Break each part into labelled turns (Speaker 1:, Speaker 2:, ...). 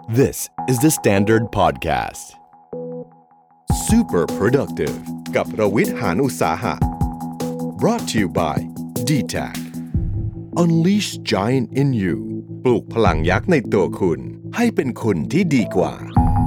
Speaker 1: This is the Standard Podcast. Super productive กับรวิทย์ หาญอุตสาหะ brought to you by DTAC Unleash Giant in You ปลูกพลังยักษ์ในตัวคุณให้เป็นคุณที่ดีกว่า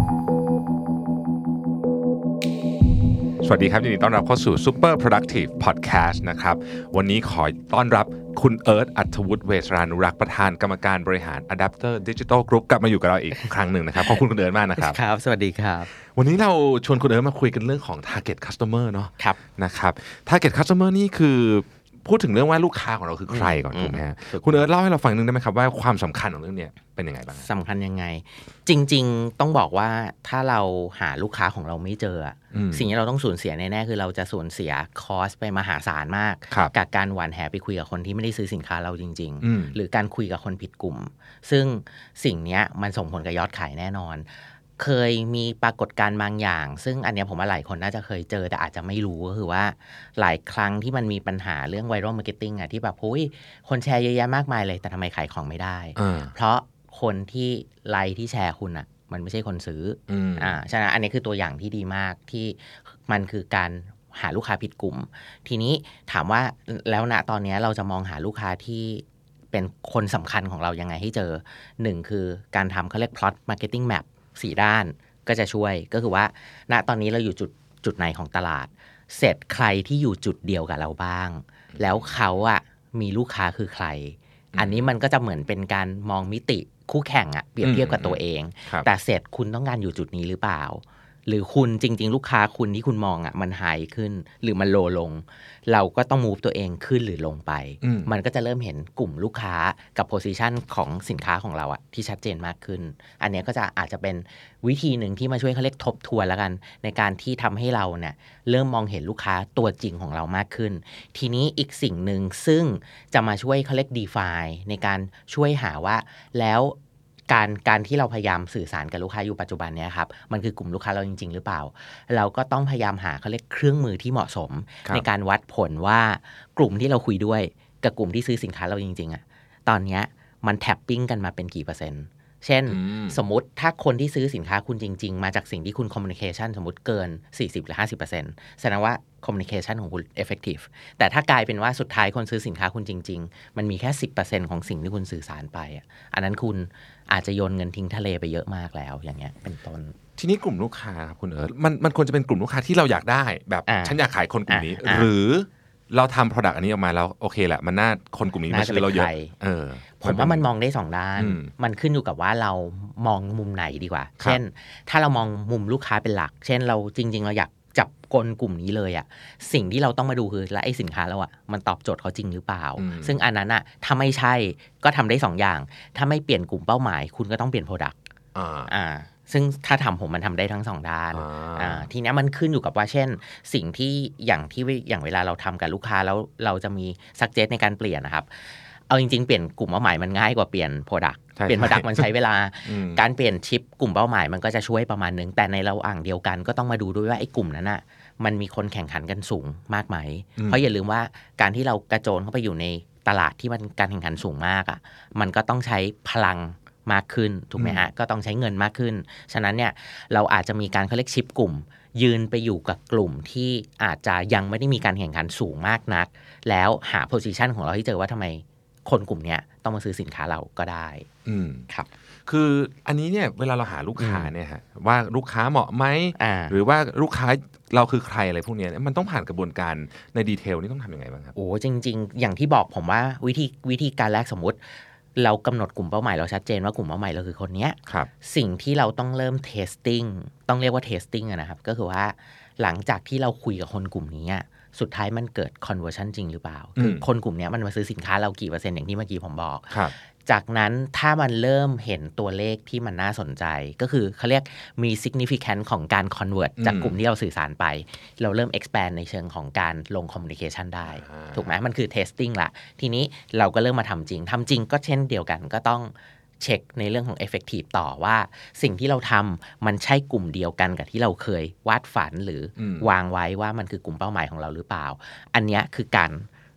Speaker 2: สวัสดีครับยินดีต้อนรับเข้าสู่ Super Productive Podcast นะครับวันนี้ขอต้อนรับคุณเอิร์ธ อัธวุฒิ เวชรานุรักษ์ประธานกรรมการบริหาร Adapter Digital Group กลับมาอยู่กับเราอีกครั้งหนึ่งนะครับขอบคุณคุณเอิร์ธมากนะครับ
Speaker 3: ครับสวัสดีครับ
Speaker 2: วันนี้เราชวนคุณเอิร์ธมาคุยกันเรื่องของ Target Customer เนาะ
Speaker 3: ครับ
Speaker 2: นะครับ Target Customer นี่คือพูดถึงเรื่องว่าลูกค้าของเราคือใครก่อนถูกไหมฮะคุณเอิร์ธเล่าให้เราฟังนึงได้ไหมครับว่าความสำคัญของเรื่องนี้เป็นยังไงบ้าง
Speaker 3: สำคัญยังไงจริงๆต้องบอกว่าถ้าเราหาลูกค้าของเราไม่เจอสิ่งที่เราต้องสูญเสียแน่ๆคือเราจะสูญเสียคอสไปมหาศาลมากกับการหว่านแหไปคุยกับคนที่ไม่ได้ซื้อสินค้าเราจริงๆหรือการคุยกับคนผิดกลุ่มซึ่งสิ่งนี้มันส่งผลกับยอดขายแน่นอนเคยมีปรากฏการณ์บางอย่างซึ่งอันนี้ผมว่าหลายคนน่าจะเคยเจอแต่อาจจะไม่รู้ก็คือว่าหลายครั้งที่มันมีปัญหาเรื่องไวรัลมาร์เก็ตติ้งที่แบบโอ้ยคนแชร์เยอะแยะมากมายเลยแต่ทำไมขายของไม่ได้เพราะคนที่ไลค์ที่แชร์คุณมันไม่ใช่คนซื้อฉะนั้นอันนี้คือตัวอย่างที่ดีมากที่มันคือการหาลูกค้าผิดกลุ่มทีนี้ถามว่าแล้วณตอนนี้เราจะมองหาลูกค้าที่เป็นคนสำคัญของเรายังไงให้เจอ1คือการทำเขาเรียก plot marketing map 4 ด้านก็จะช่วยก็คือว่าณตอนนี้เราอยู่จุดไหนของตลาดเสร็จใครที่อยู่จุดเดียวกับเราบ้างแล้วเขามีลูกค้าคือใครอันนี้มันก็จะเหมือนเป็นการมองมิติคู่แข่งเปรียบเทียบกับตัวเองแต่เสร็จคุณต้องการอยู่จุดนี้หรือเปล่าหรือคุณจริงๆลูกค้าคุณที่คุณมองมันไฮขึ้นหรือมันโลลงเราก็ต้องมูฟตัวเองขึ้นหรือลงไปมันก็จะเริ่มเห็นกลุ่มลูกค้ากับโพซิชันของสินค้าของเราที่ชัดเจนมากขึ้นอันนี้ก็จะอาจจะเป็นวิธีหนึ่งที่มาช่วยเขาเรียกทบทวนแล้วกันในการที่ทำให้เราเนี่ยเริ่มมองเห็นลูกค้าตัวจริงของเรามากขึ้นทีนี้อีกสิ่งหนึ่งซึ่งจะมาช่วยเขาเรียก define ในการช่วยหาว่าแล้วการที่เราพยายามสื่อสารกับลูกค้าอยู่ปัจจุบันเนี่ยครับมันคือกลุ่มลูกค้าเราจริงๆหรือเปล่าเราก็ต้องพยายามหาเขาเรียกเครื่องมือที่เหมาะสมในการวัดผลว่ากลุ่มที่เราคุยด้วยกับกลุ่มที่ซื้อสินค้าเราจริงๆตอนนี้มันแท็ปปิ้งกันมาเป็นกี่เปอร์เซ็นต์เช่นสมมุติถ้าคนที่ซื้อสินค้าคุณจริงๆมาจากสิ่งที่คุณคอมมิวนิเคชันสมมุติเกิน 40 หรือ 50% แสดงว่าคอมมิวนิเคชันของคุณ effective แต่ถ้ากลายเป็นว่าสุดท้ายคนซื้อสินค้าคุณจริงๆมันมีแค่ 10% ของสิ่งที่คุณสื่อสารไปอันนั้นคุณอาจจะโยนเงินทิ้งทะเลไปเยอะมากแล้วอย่างเงี้ยเป็นต้น
Speaker 2: ทีนี้กลุ่มลูกค้าครับคุณเอิร์ธมันควรจะเป็นกลุ่มลูกค้าที่เราอยากได้แบบฉันอยากขายคนกลุ่มนี้หรือเราทำ product อันนี้ออกมาแล้วโอเคแหละมันน่าคนกลุ่มนี้มาซื้อเราเยอะ
Speaker 3: ผมว่ามันมองได้2ด้านมันขึ้นอยู่กับว่าเรามองมุมไหนดีกว่าเช่นถ้าเรามองมุมลูกค้าเป็นหลักเช่นเราจริงๆเราอยากจับกลุ่มนี้เลยสิ่งที่เราต้องมาดูคือแล้วไอ้สินค้าเรามันตอบโจทย์เขาจริงหรือเปล่าซึ่งอันนั้นถ้าไม่ใช่ก็ทำได้2อย่างถ้าไม่เปลี่ยนกลุ่มเป้าหมายคุณก็ต้องเปลี่ยน product ซึ่งถ้าทำมันทำได้ทั้ง2ด้านทีนี้มันขึ้นอยู่กับว่าเช่นสิ่งที่อย่างเวลาเราทำกับลูกค้าแล้วเราจะมี suggest ในการเปลี่ยนนะครับเอาจริงๆเปลี่ยนกลุ่มเป้าหมายมันง่ายกว่าเปลี่ยน product เปลี่ยน product มันใช้เวลาการเปลี่ยนชิปกลุ่มเป้าหมายมันก็จะช่วยประมาณนึงแต่ในระหว่างเดียวกันก็ต้องมาดูด้วยว่าไอ้กลุ่มนั้นมันมีคนแข่งขันกันสูงมากไหมเพราะอย่าลืมว่าการที่เรากระโจนเข้าไปอยู่ในตลาดที่มันการแข่งขันสูงมากมันก็ต้องใช้พลังมากขึ้นถูกไหมฮะก็ต้องใช้เงินมากขึ้นฉะนั้นเนี่ยเราอาจจะมีการเขาเรียกชิปกลุ่มยืนไปอยู่กับกลุ่มที่อาจจะยังไม่ได้มีการแข่งขันสูงมากนักแล้วหาโพซิชันของเราให้เจอว่าทำไมคนกลุ่มนี้ต้องมาซื้อสินค้าเราก็ได้ครับ
Speaker 2: คืออันนี้เนี่ยเวลาเราหาลูกค้าเนี่ยฮะว่าลูกค้าเหมาะไหมหรือว่าลูกค้าเราคือใครอะไรพวกนี้มันต้องผ่านกระบวนการในดีเทลนี่ต้องทำยังไงบ้างครับ
Speaker 3: โอ้จริงๆอย่างที่บอกผมว่าวิธีการแรกสมมุติเรากำหนดกลุ่มเป้าหมายเราชัดเจนว่ากลุ่มเป้าหมายเราคือคนนี้สิ่งที่เราต้องเริ่มเทสติ้งต้องเรียกว่าเทสติ้งนะครับก็คือว่าหลังจากที่เราคุยกับคนกลุ่มนี้สุดท้ายมันเกิด conversion จริงหรือเปล่าคือคนกลุ่มนี้มันมาซื้อสินค้าเรากี่เปอร์เซ็นต์อย่างที่เมื่อกี้ผมบอกจากนั้นถ้ามันเริ่มเห็นตัวเลขที่มันน่าสนใจก็คือเขาเรียกมี significant ของการ convert จากกลุ่มที่เราสื่อสารไปเราเริ่ม expand ในเชิงของการลง communication ได้ถูกไหมมันคือ testing ละทีนี้เราก็เริ่มมาทำจริงก็เช่นเดียวกันก็ต้องเช็คในเรื่องของ effective ต่อว่าสิ่งที่เราทำมันใช่กลุ่มเดียวกันกับที่เราเคยวาดฝันหรือวางไว้ว่ามันคือกลุ่มเป้าหมายของเราหรือเปล่าอันนี้คือการ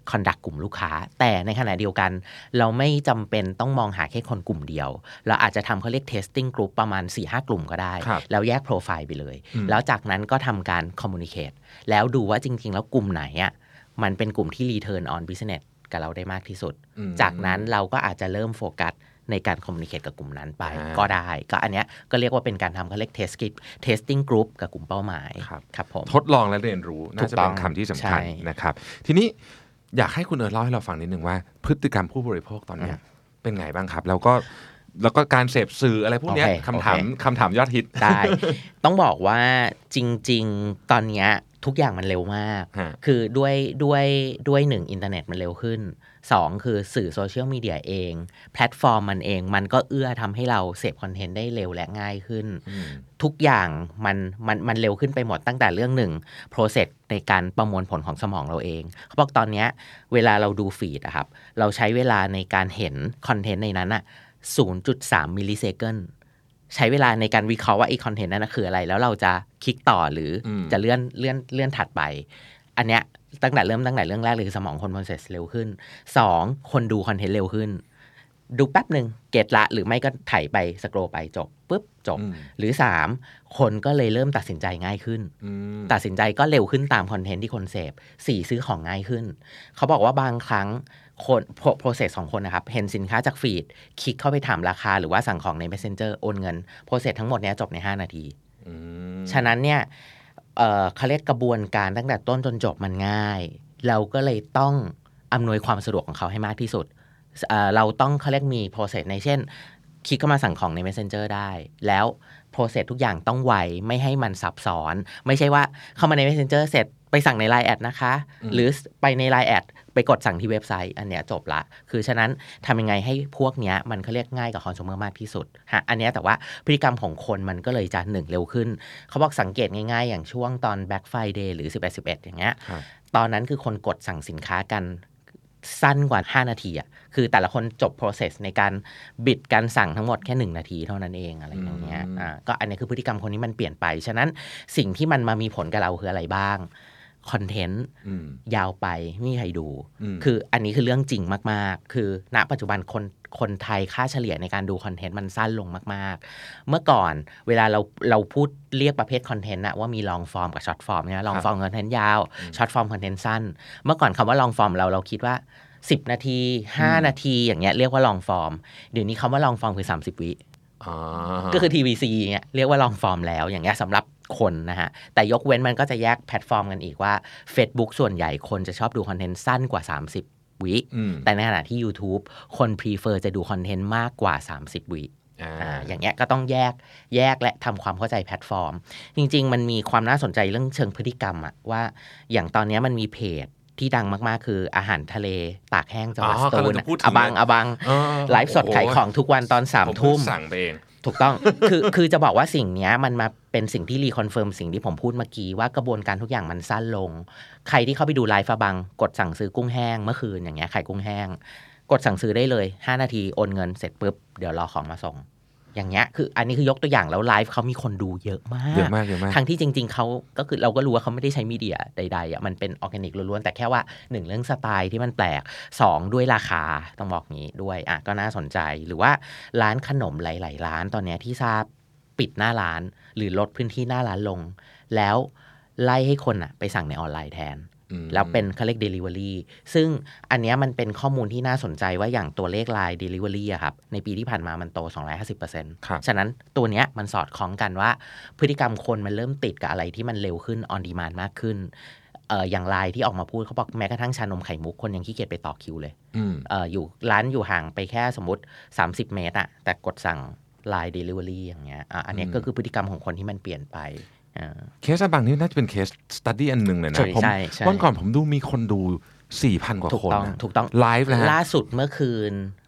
Speaker 3: conduct กลุ่มลูกค้าแต่ในขณะเดียวกันเราไม่จำเป็นต้องมองหาแค่คนกลุ่มเดียวเราอาจจะทำเขาเรียก testing group ประมาณ 4-5 กลุ่มก็ได้แล้วแยกโปรไฟล์ไปเลยแล้วจากนั้นก็ทำการ communicate แล้วดูว่าจริงๆแล้วกลุ่มไหนอ่ะมันเป็นกลุ่มที่ return on business กับเราได้มากที่สุดจากนั้นเราก็อาจจะเริ่มโฟกัสในการคอมมูนิเคตกับกลุ่มนั้นไปก็ได้ก็อันเนี้ยก็เรียกว่าเป็นการทำเขาเรียก testing group กับกลุ่มเป้าหมายครับผม
Speaker 2: ทดลองและเรียนรู้น่าจะเป็นคำที่สำคัญนะครับทีนี้อยากให้คุณเอิร์ธเล่าให้เราฟังนิดนึงว่าพฤติกรรมผู้บริโภคตอนนี้เป็นไงบ้างครับแล้วก็การเสพสื่ออะไรพวกนี้คำถามยอดฮิต
Speaker 3: ได้ต้องบอกว่าจริงๆตอนนี้ทุกอย่างมันเร็วมากคือด้วยหนึ่งอินเทอร์เน็ตมันเร็วขึ้น2คือสื่อโซเชียลมีเดียเองแพลตฟอร์มมันก็เอื้อทำให้เราเสพคอนเทนต์ได้เร็วและง่ายขึ้นทุกอย่างมันเร็วขึ้นไปหมดตั้งแต่เรื่องหนึ่ง process ในการประมวลผลของสมองเราเองเขาบอกตอนนี้เวลาเราดูฟีดอะครับเราใช้เวลาในการเห็นคอนเทนต์ในนั้นอะ 0.3 มิลลิเซคันด์ใช้เวลาในการวิเคราะห์ว่าไอ้คอนเทนต์นั้นคืออะไรแล้วเราจะคลิกต่อหรือจะเลื่อนถัดไปอันเนี้ยตั้งแต่เรื่องแรกเลยคือสมองคน process เร็วขึ้น2คนดูคอนเทนต์เร็วขึ้นดูแป๊บนึงเก็ตละหรือไม่ก็ไถไปสโครลไปจบปุ๊บจบหรือ3คนก็เลยเริ่มตัดสินใจง่ายขึ้นตัดสินใจก็เร็วขึ้นตามคอนเทนต์ที่คนเสพ4ซื้อของง่ายขึ้นเขาบอกว่าบางครั้งคนprocess ของคนนะครับเห็นสินค้าจากฟีดคลิกเข้าไปถามราคาหรือว่าสั่งของใน Messenger โอนเงิน process ทั้งหมดเนี้ยจบใน5นาทีฉะนั้นเนี่ยเขาเรียกกระบวนการตั้งแต่ต้นจนจบมันง่ายเราก็เลยต้องอำนวยความสะดวกของเขาให้มากที่สุดเราต้องเขาเรียกมี process ในเช่นคลิกเข้ามาสั่งของใน Messenger ได้แล้วโปรเซสทุกอย่างต้องไวไม่ให้มันซับซ้อนไม่ใช่ว่าเข้ามาใน Messenger เสร็จไปสั่งใน Line แอดนะคะหรือไปใน Line แอดไปกดสั่งที่เว็บไซต์อันเนี้ยจบละคือฉะนั้นทำยังไงให้พวกเนี้ยมันเขาเรียกง่ายกับคอน sumer มากที่สุดฮะอันเนี้ยแต่ว่าพฤติกรรมของคนมันก็เลยจะ1เร็วขึ้นเขาบอกสังเกตง่ายๆอย่างช่วงตอน Black Friday หรือ 11.11 อย่างเงี้ยตอนนั้นคือคนกดสั่งสินค้ากันสั้นกว่า5นาทีอ่ะคือแต่ละคนจบ process ในการบิดการสั่งทั้งหมดแค่1นาทีเท่านั้นเองอะไรอย่างเงี้ยก็อันนี้คือพฤติกรรมคนนี้มันเปลี่ยนไปฉะนั้นสิ่งที่มันมามีผลกับเราคืออะไรบ้างคอนเทนต์ยาวไปไม่มีใครดูคืออันนี้คือเรื่องจริงมากๆคือณปัจจุบันคนไทยค่าเฉลี่ยในการดูคอนเทนต์มันสั้นลงมากๆเมื่อก่อนเวลาเราพูดเรียกประเภทคอนเทนต์นะว่ามีลองฟอร์มกับช็อตฟอร์มเนี่ยลองฟอร์มคอนเทนต์ยาวช็อตฟอร์มคอนเทนต์สั้นเมื่อก่อนคำว่าลองฟอร์มเราคิดว่า10นาที5นาทีอย่างเงี้ยเรียกว่าลองฟอร์มเดี๋ยวนี้คำว่าลองฟอร์มคือ30วิก็คือ TVC เงี้ยเรียกว่าลองฟอร์มแล้วอย่างเงี้ยสำหรับคนนะฮะแต่ยกเว้นมันก็จะแยกแพลตฟอร์มกันอีกว่า Facebook ส่วนใหญ่คนจะชอบดูคอนเทนต์สั้นกว่า30วิแต่ในขณะที่ YouTube คน prefer จะดูคอนเทนต์มากกว่า30วิอย่างเงี้ยก็ต้องแยกและทำความเข้าใจแพลตฟอร์มจริงๆมันมีความน่าสนใจเรื่องเชิงพฤติกรรมอะว่าอย่างตอนนี้มันมีเพจที่ดังมากๆคืออาหารทะเลตากแห้งจังหวัดสตูลอบังไลฟ์สดขายของทุกวันตอน3 ทุ่ม
Speaker 2: สั่งไปเอง
Speaker 3: ถูกต้อง คือจะบอกว่าสิ่งนี้มันมาเป็นสิ่งที่รีคอนเฟิร์มสิ่งที่ผมพูดเมื่อกี้ว่ากระบวนการทุกอย่างมันสั้นลงใครที่เข้าไปดูไลฟ์บังกดสั่งซื้อกุ้งแห้งเมื่อคืนอย่างเงี้ยขายกุ้งแห้งกดสั่งซื้อได้เลย5นาทีโอนเงินเสร็จปุ๊บเดี๋ยวรอของมาส่งอย่างเงี้ยคืออันนี้คือยกตัวอย่างแล้วไลฟ์เขามีคนดูเยอะมากทั้งที่จริงๆเขาก็คือเราก็รู้ว่าเขาไม่ได้ใช้มีเดียใดๆอ่ะมันเป็นออร์แกนิกล้วนๆแต่แค่ว่า1เรื่องสไตล์ที่มันแปลก2ด้วยราคาต้องบอกงี้ด้วยก็น่าสนใจหรือว่าร้านขนมหลายๆร้านตอนนี้ที่ทราบปิดหน้าร้านหรือลดพื้นที่หน้าร้านลงแล้วไล่ให้คนไปสั่งในออนไลน์แทนแล้วเป็นเขาเรียก delivery ซึ่งอันนี้มันเป็นข้อมูลที่น่าสนใจว่าอย่างตัวเลข Line delivery อะครับในปีที่ผ่านมามันโต 250% ฉะนั้นตัวเนี้ยมันสอดคล้องกันว่าพฤติกรรมคนมันเริ่มติดกับอะไรที่มันเร็วขึ้น on demand มากขึ้นอย่าง Line ที่ออกมาพูดเขาบอกแม้กระทั่งชานมไข่มุกคนยังขี้เกียจไปต่อคิวเลยอยู่ร้านอยู่ห่างไปแค่สมมติ30 เมตรอะแต่กดสั่ง Line delivery อย่างเงี้ยอันนี้ก็คือพฤติกรรมของคนที่มันเปลี่ยนไป
Speaker 2: เคสบางนี่น่าจะเป็นเคสสตัดดี้อันหนึ่งเลยนะวันก่อนผมดูมีคนดู 4,000 กว่าคน
Speaker 3: ถูกต้อง
Speaker 2: ไลฟ์นะฮะ
Speaker 3: ล่าสุดเมื่อคืน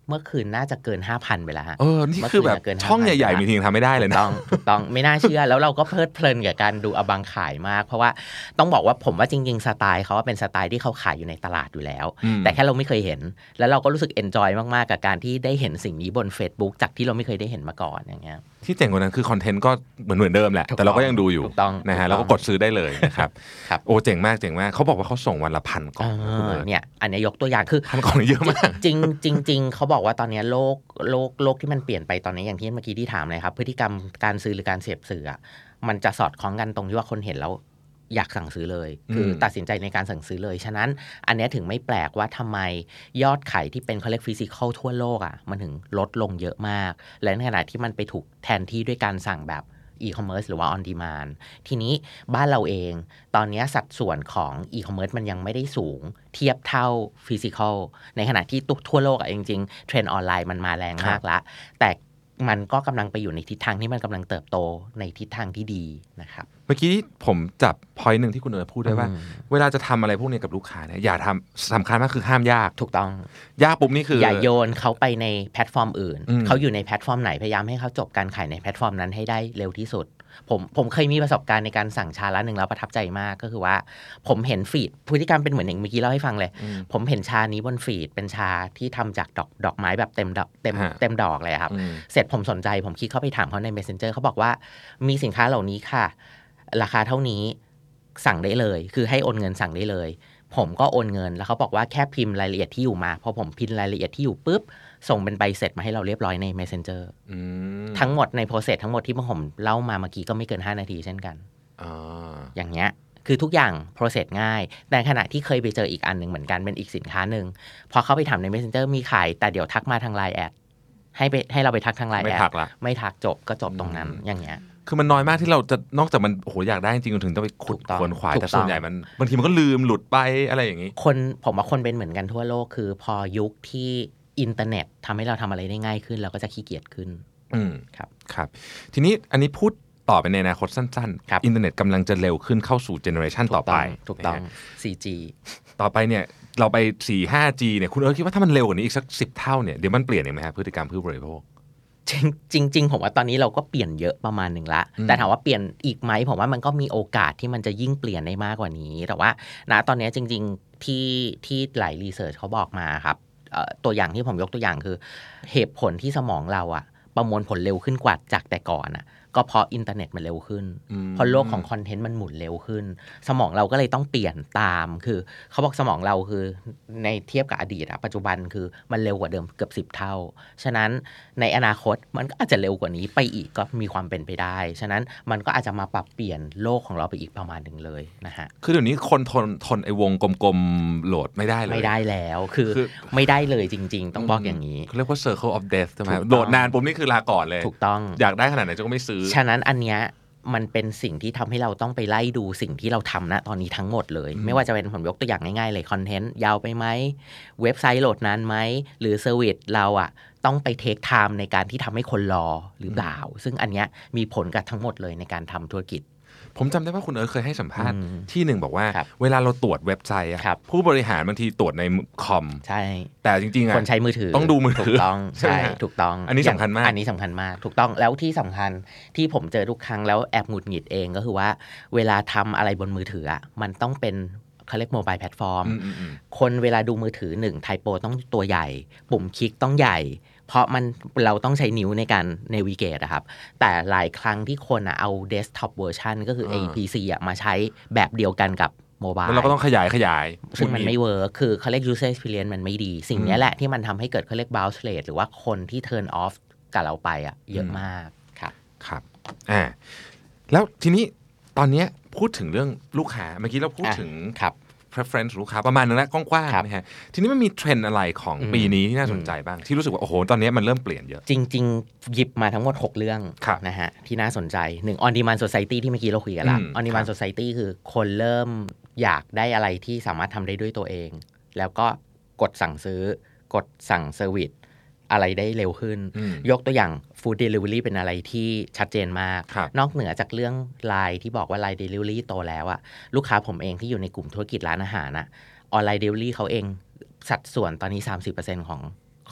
Speaker 3: เมื่อคืนน่าจะเกิน 5,000 ไปแล้วฮะ
Speaker 2: นี่คือแบบช่องใหญ่ๆมีทีทำไม่ได้เลยนะ
Speaker 3: ถูกต้องไม่น่าเชื่อแล้วเราก็เพลิดเพลินกับการดูอบังขายมากเพราะว่าต้องบอกว่าผมว่าจริงๆสไตล์เขาว่าเป็นสไตล์ที่เขาขายอยู่ในตลาดอยู่แล้วแต่แค่เราไม่เคยเห็นแล้วเราก็รู้สึกเอนจอยมากๆกับการที่ได้เห็นสิ่งนี้บน Facebook จากที่เราไม่เคยได้เห็นมาก่อนอย่างเงี้ย
Speaker 2: ที่เจ๋งกว่านั้นคือคอนเทนต์ก็เหมือนเดิมแหละแต่เราก็ยังดูอยู่นะฮะแล้วก็กดซื้อได้เลยนะครับโอ้เจ๋งมากเขาบอกว่าเขาส่งวันละ1,000 กล่อง
Speaker 3: เนี่ยอันนี้ยกตัวอย่างคือ
Speaker 2: 1,000 กล่องเยอะมาก
Speaker 3: จริงเขาบอกว่าตอนนี้โลกที่มันเปลี่ยนไปตอนนี้อย่างที่เมื่อกี้ที่ถามเลยครับพฤติกรรมการซื้อหรือการเสพสื่อมันจะสอดคล้องกันตรงที่ว่าคนเห็นแล้วอยากสั่งซื้อเลยคือตัดสินใจในการสั่งซื้อเลยฉะนั้นอันนี้ถึงไม่แปลกว่าทำไมยอดขายที่เป็นเขาเรียกฟิสิกอลทั่วโลกมันถึงลดลงเยอะมากและในขณะที่มันไปถูกแทนที่ด้วยการสั่งแบบอีคอมเมิร์ซหรือว่าออนดีมานด์ทีนี้บ้านเราเองตอนนี้สัดส่วนของอีคอมเมิร์ซมันยังไม่ได้สูงเทียบเท่าฟิสิกอลในขณะที่ทั่วโลกจริงๆเทรนด์ออนไลน์มันมาแรงมากแล้วแต่มันก็กำลังไปอยู่ในทิศทางที่มันกำลังเติบโตในทิศทางที่ดีนะครับ
Speaker 2: เมื่อกี้ผมจับ point นึงที่คุณพูดได้ว่าเวลาจะทำอะไรพวกนี้กับลูกค้าเนี่ยอย่าทำสำคัญมากคือห้ามยาก
Speaker 3: ถูกต้อง
Speaker 2: ยากปุ๊บนี่คือ
Speaker 3: อย่าโยนเขาไปในแพลตฟอร์มอื่นเขาอยู่ในแพลตฟอร์มไหนพยายามให้เขาจบการขายในแพลตฟอร์มนั้นให้ได้เร็วที่สุดผมเคยมีประสบการณ์ในการสั่งชาร้านหนึ่งแล้วประทับใจมากก็คือว่าผมเห็นฟีดพฤติกรรมเป็นเหมือนอย่างเมื่อกี้เล่าให้ฟังเลยผมเห็นชานี้บนฟีดเป็นชาที่ทำจากดอกไม้แบบเต็มดอกเลยครับเสร็จผมสนใจผมคลิกเข้าไปถามเขาใน Messenger เขาบอกว่ามีสินค้าเหล่านี้ค่ะราคาเท่านี้สั่งได้เลยคือให้โอนเงินสั่งได้เลยผมก็โอนเงินแล้วเขาบอกว่าแค่พิมพ์รายละเอียดที่อยู่มาพอผมพิมพ์รายละเอียดที่อยู่ปุ๊บส่งเป็นใบเสร็จมาให้เราเรียบร้อยใน Messenger ทั้งหมดในโปรเซสทั้งหมดที่ผมเล่ามาเมื่อกี้ก็ไม่เกิน5 นาทีเช่นกันอย่างเงี้ยคือทุกอย่างโปรเซสง่ายแต่ขณะที่เคยไปเจออีกอันหนึ่งเหมือนกันเป็นอีกสินค้าหนึ่งพอเขาไปถามใน Messenger มีขายแต่เดี๋ยวทักมาทาง LINE แอดให้เราไปทักทาง LINE แอดไม่ทักจบก็จบตรงนั้นอย่างเงี้ย
Speaker 2: คือมันน้อยมากที่เราจะนอกจากมันโอ้โหอยากได้จริงๆถึงต้องไปขุดขวนขวายแต่ส่วนใหญ่มันบางทีมันก็ลืมหลุดไปอะไรอย่างนี้
Speaker 3: ผมว่าคนเป็นเหมือนกันทั่วโลกคือพอยุคที่อินเทอร์เน็ตทำให้เราทำอะไรได้ง่ายขึ้นเราก็จะขี้เกียจขึ้น
Speaker 2: ครับทีนี้อันนี้พูดต่อไปในอนาคตสั้นๆอินเทอร์เน็ตกำลังจะเร็วขึ้นเข้าสู่เจเนอเรชันต่อไป
Speaker 3: ถูกต้อง 4G
Speaker 2: ต่อไปเนี่ยเราไป 4-5G เนี่ยคุณคิดว่าถ้ามันเร็วกว่านี้อีกสัก10 เท่าเนี่ยเดี๋ยวมันเปลี่ยนไหมครับพฤติกรรมผู้บริโภค
Speaker 3: จริงผมว่าตอนนี้เราก็เปลี่ยนเยอะประมาณหนึ่งละแต่ถามว่าเปลี่ยนอีกไหมผมว่ามันก็มีโอกาสที่มันจะยิ่งเปลี่ยนได้มากกว่านี้แต่ว่าณตอนนี้จริงๆที่หลายรีเสิร์ชเขาบอกมาครับตัวอย่างที่ผมยกตัวอย่างคือเหตุผลที่สมองเราประมวลผลเร็วขึ้นกว่าจากแต่ก่อนก็เพราะอินเทอร์เน็ตมันเร็วขึ้นเพราะโลกของคอนเทนต์มันหมุนเร็วขึ้นสมองเราก็เลยต้องเปลี่ยนตามคือเขาบอกสมองเราคือในเทียบกับอดีตปัจจุบันคือมันเร็วกว่าเดิมเกือบ10 เท่าฉะนั้นในอนาคตมันก็อาจจะเร็วกว่านี้ไปอีกก็มีความเป็นไปได้ฉะนั้นมันก็อาจจะมาปรับเปลี่ยนโลกของเราไปอีกประมาณหนึ่งเลยนะฮะ
Speaker 2: คือเดี๋ยวนี้คนทนไอ้วงกลมๆโหลดไม่ได้เลย
Speaker 3: ไม่ได้แล้วคือไม่ได้เลยจริงๆต้องบอกอย่างนี้
Speaker 2: เรียกว่า circle of death ใช่ไหมโหลดนานปุ๊บนี่คือลาก่อนเลย
Speaker 3: ถูกต้อง
Speaker 2: อยากได้ขนาดไหนก็ไม่ซื้อ
Speaker 3: ฉะนั้นอันเนี้ยมันเป็นสิ่งที่ทำให้เราต้องไปไล่ดูสิ่งที่เราทำนะตอนนี้ทั้งหมดเลยไม่ว่าจะเป็นผมยกตัวอย่างง่ายๆเลยคอนเทนต์ยาวไปไหมเว็บไซต์โหลดนานไหมหรือเซอร์วิสเราต้องไปเทคไทม์ในการที่ทำให้คนรอหรือเปล่าซึ่งอันเนี้ยมีผลกับทั้งหมดเลยในการทำธุรกิจ
Speaker 2: ผมจำได้ว่าคุณเคยให้สัมภาษณ์ที่หนึ่งบอกว่าเวลาเราตรวจเว็บไซต์ผู้บริหารบางทีตรวจในคอม
Speaker 3: ใช่
Speaker 2: แต่จริงๆ
Speaker 3: คนใช้มือถือ
Speaker 2: ต้องดูมือถือ
Speaker 3: ถูกต้องใช่ถูกต้อง
Speaker 2: อันนี้สำคัญมาก
Speaker 3: อันนี้สำคัญมากถูกต้องแล้วที่สำคัญที่ผมเจอทุกครั้งแล้วแอบหงุดหงิดเองก็คือว่าเวลาทำอะไรบนมือถือมันต้องเป็นเขาเรียกโมบายแพลตฟอร์มคนเวลาดูมือถือ1ไทโปต้องตัวใหญ่ปุ่มคลิกต้องใหญ่เพราะเราต้องใช้นิ้วในการเนวิเกตครับแต่หลายครั้งที่คนเอาเดสก์ท็อปเวอร์ชันก็คือ APC มาใช้แบบเดียวกันกับโมบาย
Speaker 2: แล้วเราก็ต้องขยาย
Speaker 3: ซึ่งมันไม่เวิร์คคือเขาเรียก user experience มันไม่ดีสิ่งนี้แหละที่มันทำให้เกิดเขาเรียก bounce rate หรือว่าคนที่ turn off กับเราไปเยอะมาก
Speaker 2: ครับแล้วทีนี้ตอนนี้พูดถึงเรื่องลูกค้าเมื่อกี้เราพูดถึงpreference ลูกค้าประมาณนึงแล้วกว้างๆนะฮะทีนี้มันมีเทรนด์อะไรของปีนี้ที่น่าสนใจบ้างที่รู้สึกว่าโอ้โหตอนนี้มันเริ่มเปลี่ยนเยอะ
Speaker 3: จริงๆหยิบมาทั้งหมด6เรื่องนะฮะที่น่าสนใจ1 on demand society ที่เมื่อกี้เราคุยกันละ on demand society คือคนเริ่มอยากได้อะไรที่สามารถทำได้ด้วยตัวเองแล้วก็กดสั่งซื้อกดสั่งเซอร์วิสอะไรได้เร็วขึ้นยกตัวอย่าง Food Delivery เป็นอะไรที่ชัดเจนมากนอกเหนือจากเรื่อง LINE ที่บอกว่า LINE Delivery โตแล้วลูกค้าผมเองที่อยู่ในกลุ่มธุรกิจร้านอาหารออนไลน์ Delivery เขาเองสัดส่วนตอนนี้ 30%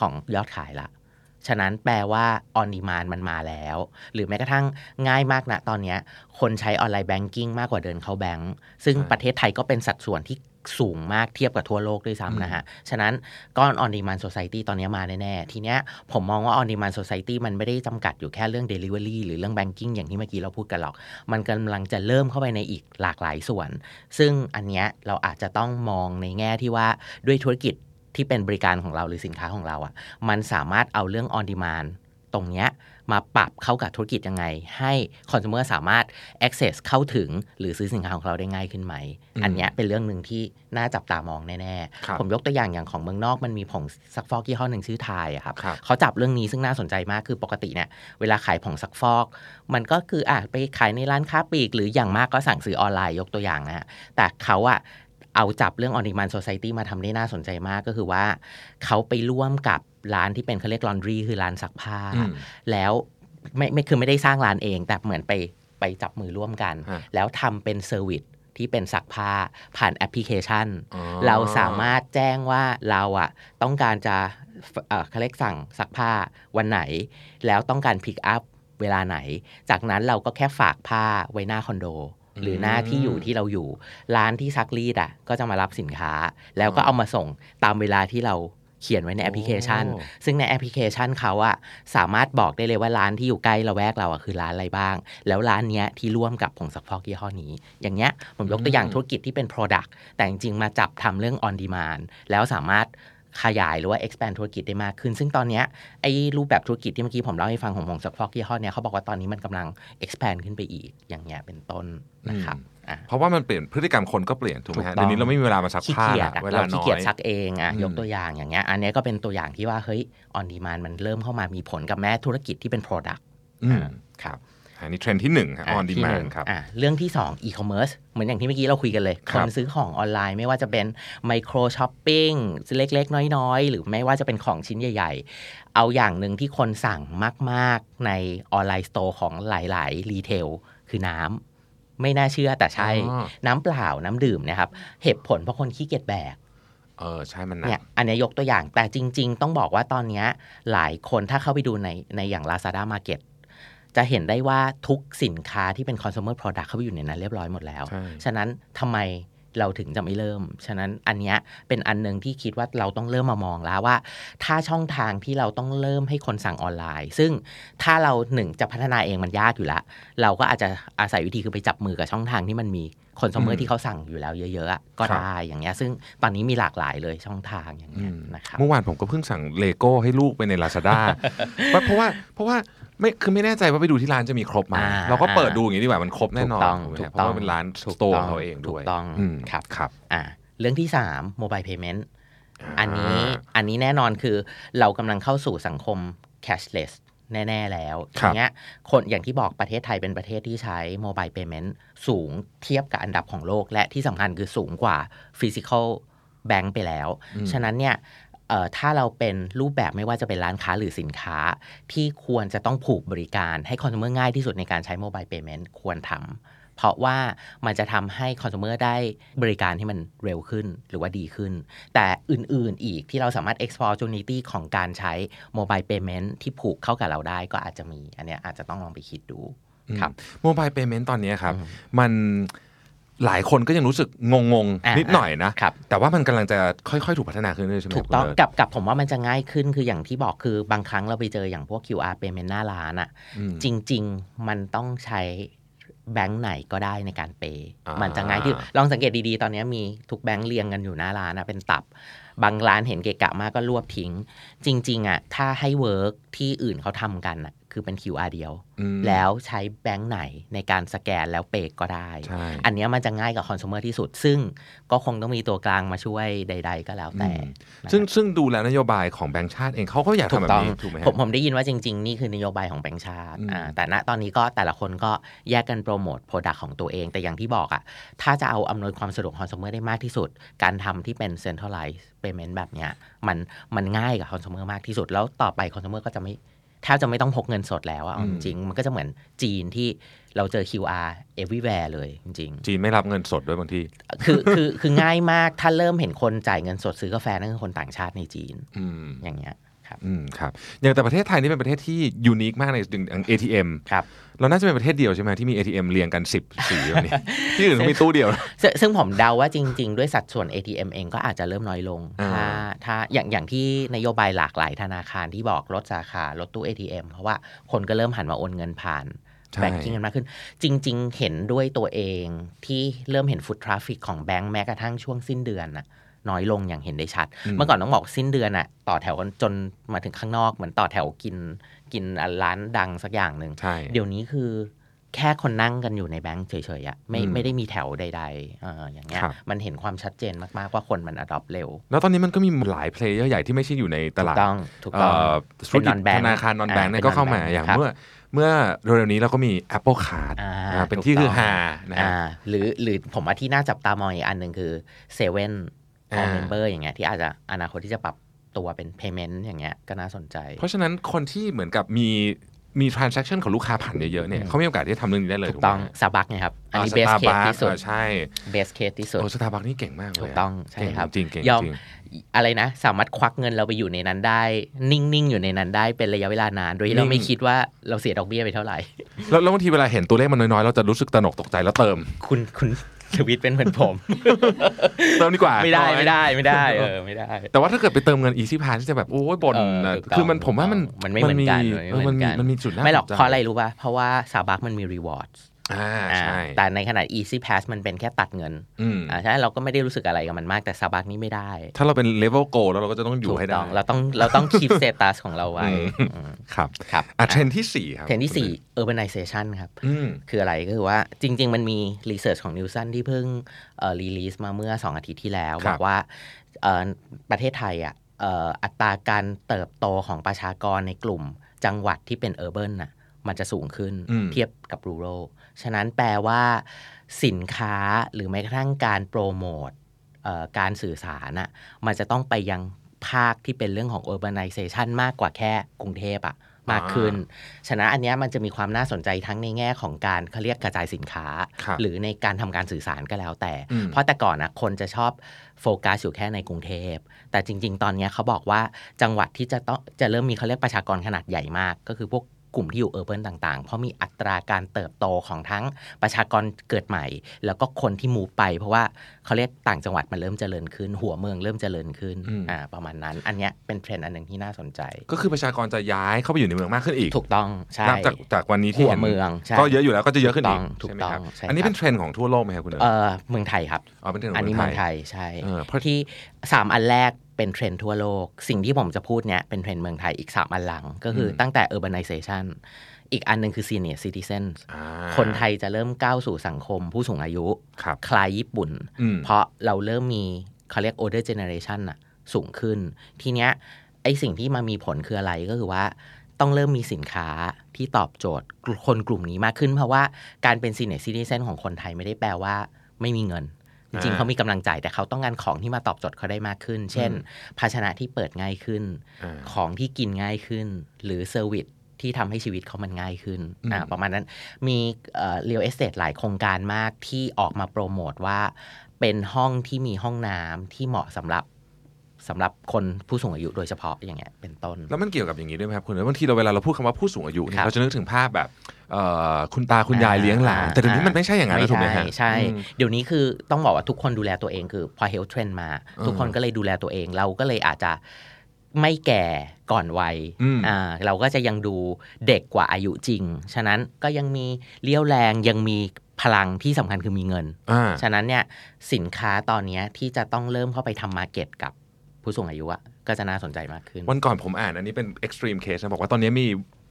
Speaker 3: ของยอดขายละฉะนั้นแปลว่า on demand มันมาแล้วหรือแม้กระทั่งง่ายมากนะตอนนี้คนใช้ออนไลน์แบงกิ้งมากกว่าเดินเข้าแบงก์ซึ่งประเทศไทยก็เป็นสัดส่วนที่สูงมากเทียบกับทั่วโลกด้วยซ้ำนะฮะฉะนั้นก้อน on demand society ตอนนี้มาแน่ๆทีเนี้ยผมมองว่า on demand society มันไม่ได้จำกัดอยู่แค่เรื่อง delivery หรือเรื่อง banking อย่างที่เมื่อกี้เราพูดกันหรอกมันกำลังจะเริ่มเข้าไปในอีกหลากหลายส่วนซึ่งอันเนี้ยเราอาจจะต้องมองในแง่ที่ว่าด้วยธุรกิจที่เป็นบริการของเราหรือสินค้าของเราอ่ะมันสามารถเอาเรื่อง on demand ตรงเนี้ยมาปรับเข้ากับธุรกิจยังไงให้ consumer สามารถ access เข้าถึงหรือซื้อสินค้าของเราได้ง่ายขึ้นไหมอันเนี้ยเป็นเรื่องนึงที่น่าจับตามองแน่ๆผมยกตัวอย่างของเมืองนอกมันมีผงซักฟอกยี่ห้อหนึ่งชื่อไทยอะครับเขาจับเรื่องนี้ซึ่งน่าสนใจมากคือปกติเนี่ยเวลาขายผงซักฟอกมันก็คือไปขายในร้านค้าปลีกหรืออย่างมากก็สั่งซื้อออนไลน์ยกตัวอย่างนะฮะแต่เขาอะเอาจับเรื่อง on demand society มาทำได้น่าสนใจมากก็คือว่าเขาไปร่วมกับร้านที่เป็นเขาเรียก laundry คือร้านซักผ้าแล้วไม่คือไม่ได้สร้างร้านเองแต่เหมือนไปจับมือร่วมกันแล้วทำเป็นเซอร์วิสที่เป็นซักผ้าผ่านแอปพลิเคชันเราสามารถแจ้งว่าเราอ่ะต้องการจะเขาเรียกสั่งซักผ้าวันไหนแล้วต้องการพิกอัพเวลาไหนจากนั้นเราก็แค่ฝากผ้าไว้หน้าคอนโดหรือหน้าที่อยู่ที่เราอยู่ร้านที่ซักรีดอ่ะก็จะมารับสินค้าแล้วก็เอามาส่งตามเวลาที่เราเขียนไว้ในแอปพลิเคชันซึ่งในแอปพลิเคชันเขาอะสามารถบอกได้เลยว่าร้านที่อยู่ใกล้ละแวกเราอะคือร้านอะไรบ้างแล้วร้านเนี้ยที่ร่วมกับผงซักฟอกยี่ห้อนี้อย่างเงี้ยผมยกตัวอย่างธุรกิจที่เป็น product แต่จริงๆมาจับทำเรื่อง on demand แล้วสามารถขยายหรือว่า expand ธุรกิจได้มากขึ้นซึ่งตอนนี้ไอ้รูปแบบธุรกิจที่เมื่อกี้ผมเล่าให้ฟังของผงซักฟอกยี่ห้อเนี้ยเขาบอกว่าตอนนี้มันกำลัง expand ขึ้นไปอีกอย่างเงี้ยเป็นต้นนะครับ
Speaker 2: เพราะว่ามันเปลี่ยนพฤติกรรมคนก็เปลี่ยนถูกไหมฮะเดี๋ยวนี้เราไม่มีเวลามาซักผ้าเวลาน้อย
Speaker 3: ขี้เกียจซักเองยกตัวอย่างอย่างเงี้ยอันนี้ก็เป็นตัวอย่างที่ว่าเฮ้ย on demand มันเริ่มเข้ามามีผลกับแม้ธุรกิจที่เป็น product
Speaker 2: ครับอันนี้เทรนด์ที่1ฮะ on demand ครับ
Speaker 3: เรื่องที่2 e-commerce เหมือนอย่างที่เมื่อกี้เราคุยกันเลยคนซื้อของออนไลน์ไม่ว่าจะเป็น micro shopping เล็กๆน้อยๆหรือไม่ว่าจะเป็นของชิ้นใหญ่ๆเอาอย่างหนึ่งที่คนสั่งมากๆในออนไลน์สโตร์ของหลายๆรีเทลคือน้ำไม่น่าเชื่อแต่ใช่น้ำเปล่าน้ำดื่มนะครับเหตุผลเพราะคนขี้เกียจแบก
Speaker 2: ใช่มันนะ
Speaker 3: เนี่ยอันนี้ยกตัวอย่างแต่จริงๆต้องบอกว่าตอนนี้หลายคนถ้าเข้าไปดูในอย่าง Lazada Market จะเห็นได้ว่าทุกสินค้าที่เป็น consumer product เข้าไปอยู่ในนั้นเรียบร้อยหมดแล้วฉะนั้นทำไมเราถึงจะไม่เริ่มฉะนั้นอันเนี้ยเป็นอันนึงที่คิดว่าเราต้องเริ่มมามองแล้วว่าถ้าช่องทางที่เราต้องเริ่มให้คนสั่งออนไลน์ซึ่งถ้าเราจะพัฒนาเองมันยากอยู่แล้วเราก็อาจจะอาศัยวิธีคือไปจับมือกับช่องทางที่มันมีคอน sumer ที่เขาสั่งอยู่แล้วเยอะๆก็ได้อย่างเงี้ยซึ่งตอนนี้มีหลากหลายเลยช่องทางอย่างเงี้ยนะครับ
Speaker 2: เมื่อวานผมก็เพิ่งสั่งเลโก้ให้ลูกไปใน Lazada เพราะว่าไม่แน่ใจว่าไปดูที่ร้านจะมีครบไหมเราก็เปิดดูอย่างนี้ดีกว่ามันครบแน่นอนเพราะว่าเป็นร้านสโตร์เขาเองด้วย
Speaker 3: ถูกต้องครับเรื่องที่3 mobile payment อันนี้แน่นอนคือเรากำลังเข้าสู่สังคม cashless แน่ๆแล้วอย่างเงี้ยคนอย่างที่บอกประเทศไทยเป็นประเทศที่ใช้ mobile payment สูงเทียบกับอันดับของโลกและที่สำคัญคือสูงกว่า physical bank ไปแล้วฉะนั้นเนี่ยถ้าเราเป็นรูปแบบไม่ว่าจะเป็นร้านค้าหรือสินค้าที่ควรจะต้องผูกบริการให้คอน sumer ง่ายที่สุดในการใช้ mobile payment ควรทำเพราะว่ามันจะทำให้คอน sumer ได้บริการที่มันเร็วขึ้นหรือว่าดีขึ้นแต่อื่นๆอีกที่เราสามารถ explore opportunity ของการใช้ mobile payment ที่ผูกเข้ากับเราได้ก็อาจจะมีอันเนี้ยอาจจะต้องลองไปคิดดูครับ
Speaker 2: mobile payment ตอนนี้ครับมันหลายคนก็ยังรู้สึกงงนิดหน่อยนะแต่ว่ามันกำลังจะค่อยๆถูกพัฒนาขึ้นเรื่อยๆใช่ไหม
Speaker 3: ถูกต้องกับผมว่ามันจะง่ายขึ้นคืออย่างที่บอกคือบางครั้งเราไปเจออย่างพวก QR payment หน้าร้านอ่ะจริงๆมันต้องใช้แบงค์ไหนก็ได้ในการเปย์มันจะง่ายที่ลองสังเกตดีๆตอนนี้มีทุกแบงค์เรียงกันอยู่หน้าร้านนะเป็นตับบางร้านเห็นเกะกะมากก็รวบทิ้งจริงๆอ่ะถ้าให้เวิร์กที่อื่นเขาทำกันอ่ะคือเป็น QR เดียวแล้วใช้แบงค์ไหนในการสแกนแล้วเปย์ก็ได้อันนี้มันจะง่ายกับคอน sumer ที่สุดซึ่งก็คงต้องมีตัวกลางมาช่วยใดๆก็แล้วแต่
Speaker 2: ซึ่งดูแล้วนโยบายของแบงก์ชาติเองเขาก็อยากทำแบบนี้ถูกไหม
Speaker 3: ผมได้ยินว่าจริงๆนี่คือนโยบายของแบงก์ชาติแต่ณตอนนี้ก็แต่ละคนก็แยกกันโปรโมท product ของตัวเองแต่อย่างที่บอกอ่ะถ้าจะเอาอำนวยความสะดวกคอน sumer ได้มากที่สุดการทำที่เป็น centralized payment แบบเนี้ยมันง่ายกับคอน sumer มากที่สุดแล้วต่อไปคอน sumer ก็จะแทบจะไม่ต้องพกเงินสดแล้วอ่ะจริงๆมันก็จะเหมือนจีนที่เราเจอ QR everywhere เลยจริง
Speaker 2: ๆจีนไม่รับเงินสดด้วยบางที
Speaker 3: คือง่ายมากถ้าเริ่มเห็นคนจ่ายเงินสดซื้อกาแฟนั่นคือคนต่างชาติในจีนอย่างเงี้ยค
Speaker 2: ครับอย่างแต่ประเทศไทยนี่เป็นประเทศที่ยูนิคมากในอย่าง ATM
Speaker 3: ครับ
Speaker 2: เราน่าจะเป็นประเทศเดียวใช่ไหมที่มี ATM เรียงกัน10สีแบบนี้ ที่อื่นเขามีตู้เดียว
Speaker 3: ซึ่งผมเดาว่าจริงๆด้วยสัดส่วน ATM เองก็อาจจะเริ่มน้อยลงถ้าอย่างที่นโยบายหลากหลายธนาคารที่บอกลดสาขาลดตู้ ATM เพราะว่าคนก็เริ่มหันมาโอนเงินผ่านแบงกิ้งกันมากขึ้นจริงๆเห็นด้วยตัวเองที่เริ่มเห็นฟุตทราฟฟิกของแบงก์แม้กระทั่งช่วงสิ้นเดือนน่ะน้อยลงอย่างเห็นได้ชัดเมื่อก่อนต้องบอกสิ้นเดือนน่ะต่อแถวกันจนมาถึงข้างนอกเหมือนต่อแถวกินร้านดังสักอย่างนึงเดี๋ยวนี้คือแค่คนนั่งกันอยู่ในแบงก์เฉยๆอ่ะไม่ได้มีแถวใดๆอย่างเงี้ยมันเห็นความชัดเจนมากๆว่าคนมันอดอปเร็ว
Speaker 2: แล้วตอนนี้มันก็มีหลายเพลเยอร์ใหญ่ที่ไม่ใช่อยู่ในตลาด
Speaker 3: ถูกต้อง
Speaker 2: ธนาคารนอนแบงก์ก็เข้ามาอย่างเมื่อเร็วๆนี้เราก็มี Apple Card เป็นที่คือฮานะฮะ
Speaker 3: หรือผมว่าที่น่าจับตามองอีกอันนึงคือ7 All Member อย่างเงี้ยที่อาจจะอนาคตที่จะปรับตัวเป็น payment อย่างเงี้ยก็น่าสนใจ
Speaker 2: เพราะฉะนั้นคนที่เหมือนกับมี transaction ของลูกค้าผ่านเยอะๆเนี่ยเขามีโอกาสที่จะทำเรื่องนี้ได้เลย
Speaker 3: ถูกต้อง Starbucks ไงครับอันนี้ best case ที่สุด
Speaker 2: ใช่
Speaker 3: best case ที่สุด
Speaker 2: Starbucks นี่เก่งมากเลย
Speaker 3: ถูกต้องใช่ครับ
Speaker 2: จริงๆเก่งจริง
Speaker 3: อะไรนะสามารถควักเงินเราไปอยู่ในนั้นได้นิ่งๆอยู่ในนั้นได้เป็นระยะเวลานานโดยที่เราไม่คิดว่าเราเสียดอกเบี้ยไปเท่าไหร่
Speaker 2: แล้วบางทีเวลาเห็นตัวเลขมันน้อยๆเราจะรู้สึกตระหนกตกใจแล้วเติม
Speaker 3: คุณสวิตเป็นเหมือนผม
Speaker 2: เติมดีกว่า
Speaker 3: ไม่ได้ไม่ได้
Speaker 2: แต่ว่าถ้าเกิดไปเติมเงิน Easy Pass ที่จะแบบโอ้ยบ่นคือผมว่ามัน
Speaker 3: ไม่เหมือนกัน
Speaker 2: มันมีจุดน่า
Speaker 3: ไม่หรอกเพราะอะไรรู้ป่ะเพราะว่า Starbucks มันมี rewards
Speaker 2: ใช่
Speaker 3: แต่ในขณะ Easy Pass มันเป็นแค่ตัดเงินใช่เราก็ไม่ได้รู้สึกอะไรกับมันมากแต่ Starbucks นี่ไม่ได้
Speaker 2: ถ้าเราเป็น level go แล้วเราก็จะต้องอยู่ให้ได้
Speaker 3: เราต้อง keep status ของเราไว้
Speaker 2: ครับเทรนด์ที่4ครับ
Speaker 3: เทรนด์ที่4 urbanization ครับคืออะไรก็คือว่าจริงๆมันมี research ของ Nielsen ที่เพิ่งrelease มาเมื่อ2อาทิตย์ที่แล้วบอกว่าประเทศไทยอัตราการเติบโตของประชากรในกลุ่มจังหวัดที่เป็น urban น่ะมันจะสูงขึ้นเทียบกับ rural ฉะนั้นแปลว่าสินค้าหรือแม้กระทั่งการโปรโมทการสื่อสารน่ะมันจะต้องไปยังภาคที่เป็นเรื่องของ urbanization มากกว่าแค่กรุงเทพมากขึ้นฉะนั้นอันนี้มันจะมีความน่าสนใจทั้งในแง่ของการเขาเรียกกระจายสินค้าหรือในการทำการสื่อสารก็แล้วแต่เพราะแต่ก่อนนะคนจะชอบโฟกัสอยู่แค่ในกรุงเทพแต่จริงๆตอนนี้เขาบอกว่าจังหวัดที่จะเริ่มมีเขาเรียกประชากรขนาดใหญ่มากก็คือพวกกลุ่มที่อยู่เออร์เบิร์นต่างๆเพราะมีอัตราการเติบโตของทั้งประชากรเกิดใหม่แล้วก็คนที่มูฟไปเพราะว่าเขาเรียกต่างจังหวัดมันเริ่มเจริญขึ้นหัวเมืองเริ่มเจริญขึ้นประมาณนั้นอันนี้เป็นเทรนด์อันหนึ่งที่น่าสนใจ
Speaker 2: ก็คือประชากรจะย้ายเข้าไปอยู่ในเมืองมากขึ้นอีก
Speaker 3: ถูกต้องใช่
Speaker 2: จากวันนี้ที่
Speaker 3: หัวเมือง
Speaker 2: ก็เยอะอยู่แล้วก็จะเยอะขึ้นอีก
Speaker 3: ถูกต้อง
Speaker 2: อันนี้เป็นเทรนด์ของทั่วโลกไหมครับคุณ
Speaker 3: เมืองไทยครับ
Speaker 2: อัน
Speaker 3: นี้เมืองไทยใช่เพราะที่3อันแรกเป็นเทรนด์ทั่วโลกสิ่งที่ผมจะพูดเนี้ยเป็นเทรนด์เมืองไทยอีก3อันหลังก็คือตั้งแต่ urbanizationอีกอันนึงคือ senior citizens คนไทยจะเริ่มก้าวสู่สังคมผู้สูงอายุคล้ายญี่ปุ่นเพราะเราเริ่มมีเขาเรียก older generation น่ะสูงขึ้นทีเนี้ยไอสิ่งที่มามีผลคืออะไรก็คือว่าต้องเริ่มมีสินค้าที่ตอบโจทย์คนกลุ่มนี้มากขึ้นเพราะว่าการเป็น senior citizen ของคนไทยไม่ได้แปลว่าไม่มีเงินจริงๆเขามีกำลังใจแต่เขาต้องการของที่มาตอบโจทย์เขาได้มากขึ้นเช่นภาชนะที่เปิดง่ายขึ้นของที่กินง่ายขึ้นหรือเซอร์วิสที่ทำให้ชีวิตเขามันง่ายขึ้นประมาณนั้นมีreal estate หลายโครงการมากที่ออกมาโปรโมทว่าเป็นห้องที่มีห้องน้ำที่เหมาะสำหรับคนผู้สูงอายุโดยเฉพาะอย่างเงี้ยเป็นต้น
Speaker 2: แล้วมันเกี่ยวกับอย่างนี้ด้วยไหมครับคุณบางทีเวลาเราพูดคำว่าผู้สูงอายุเราจะนึกถึงภาพแบบคุณตาคุณยายเลี้ยงหลานแต่เดี๋ยวนี้มันไม่ใช่อย่างนั้นถูกไหมฮะ
Speaker 3: ใช่เดี๋ยวนี้คือต้องบอกว่าทุกคนดูแลตัวเองคือพอ health trend มาทุกคนก็เลยดูแลตัวเองเราก็เลยอาจจะไม่แก่ก่อนวัยเราก็จะยังดูเด็กกว่าอายุจริงฉะนั้นก็ยังมีเลี้ยวแรงยังมีพลังที่สำคัญคือมีเงินฉะนั้นเนี่ยสินค้าตอนนี้ที่จะต้องเริ่มเข้าไปทำมาร์เก็ตกับผู้สูงอายุก็จะน่าสนใจมากขึ้น
Speaker 2: วันก่อนผมอ่านอันนี้เป็น extreme case นะบอกว่าตอนนี้มี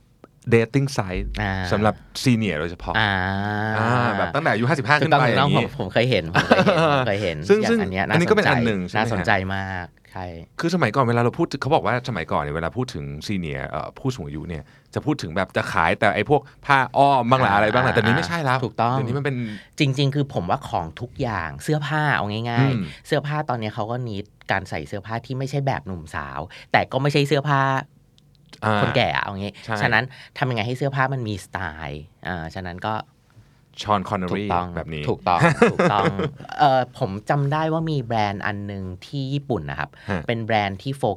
Speaker 2: dating site สำหรับซีเนียร์โดยเฉพาะแบบตั้งแต่อายุ55ขึ้นไปอย่างนี้
Speaker 3: ผมเคยเห็น
Speaker 2: ซึ่งอันนี้ก็เป็นอันหนึ่ง
Speaker 3: น่าสนใจมากใช่
Speaker 2: คือสมัยก่อนเวลาเราพูดเขาบอกว่าสมัยก่อนเนี่ยเวลาพูดถึงซีเนียร์ผู้สูงอายุเนี่ยจะพูดถึงแบบจะขายแต่ไอ้พวกผ้าอ้อมบ้างหรืออะไรบ้างแต่นี้ไม่ใช่แล้ว
Speaker 3: ถูกต้อง
Speaker 2: เดี๋ยวนี้มันเป็น
Speaker 3: จริงๆคือผมว่าของทุกอย่างเสื้อผ้าเอาง่ายๆเสื้อผ้าตอนนี้เขาก็นิดการใส่เสื้อผ้าที่ไม่ใช่แบบหนุ่มสาวแต่ก็ไม่ใช่เสื้อผ้าคนแก่เอางี้ฉะนั้นทำยังไงให้เสื้อผ้ามันมีสไตล์ฉะนั้นก็
Speaker 2: ชอนคอนเนอรี่แบบนี้
Speaker 3: ถูกต้องผมจำได้ว่ามีแบรนด์อันนึงที่ญี่ปุ่นนะครับเป็นแบรนด์ที่โฟกัส